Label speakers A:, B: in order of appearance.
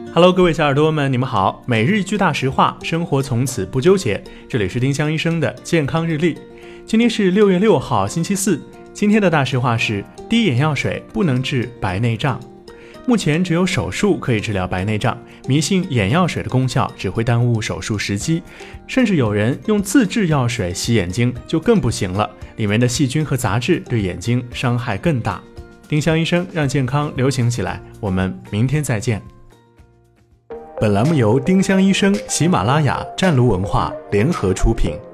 A: Hello， 各位小耳朵们，你们好！每日一句大实话，生活从此不纠结。这里是丁香医生的健康日历。今天是6月6号，星期四。今天的大实话是：滴眼药水不能治白内障。目前只有手术可以治疗白内障，迷信眼药水的功效只会耽误手术时机，甚至有人用自制药水洗眼睛就更不行了，里面的细菌和杂质对眼睛伤害更大。丁香医生让健康流行起来，我们明天再见。本栏目由丁香医生、喜马拉雅、湛卢文化联合出品。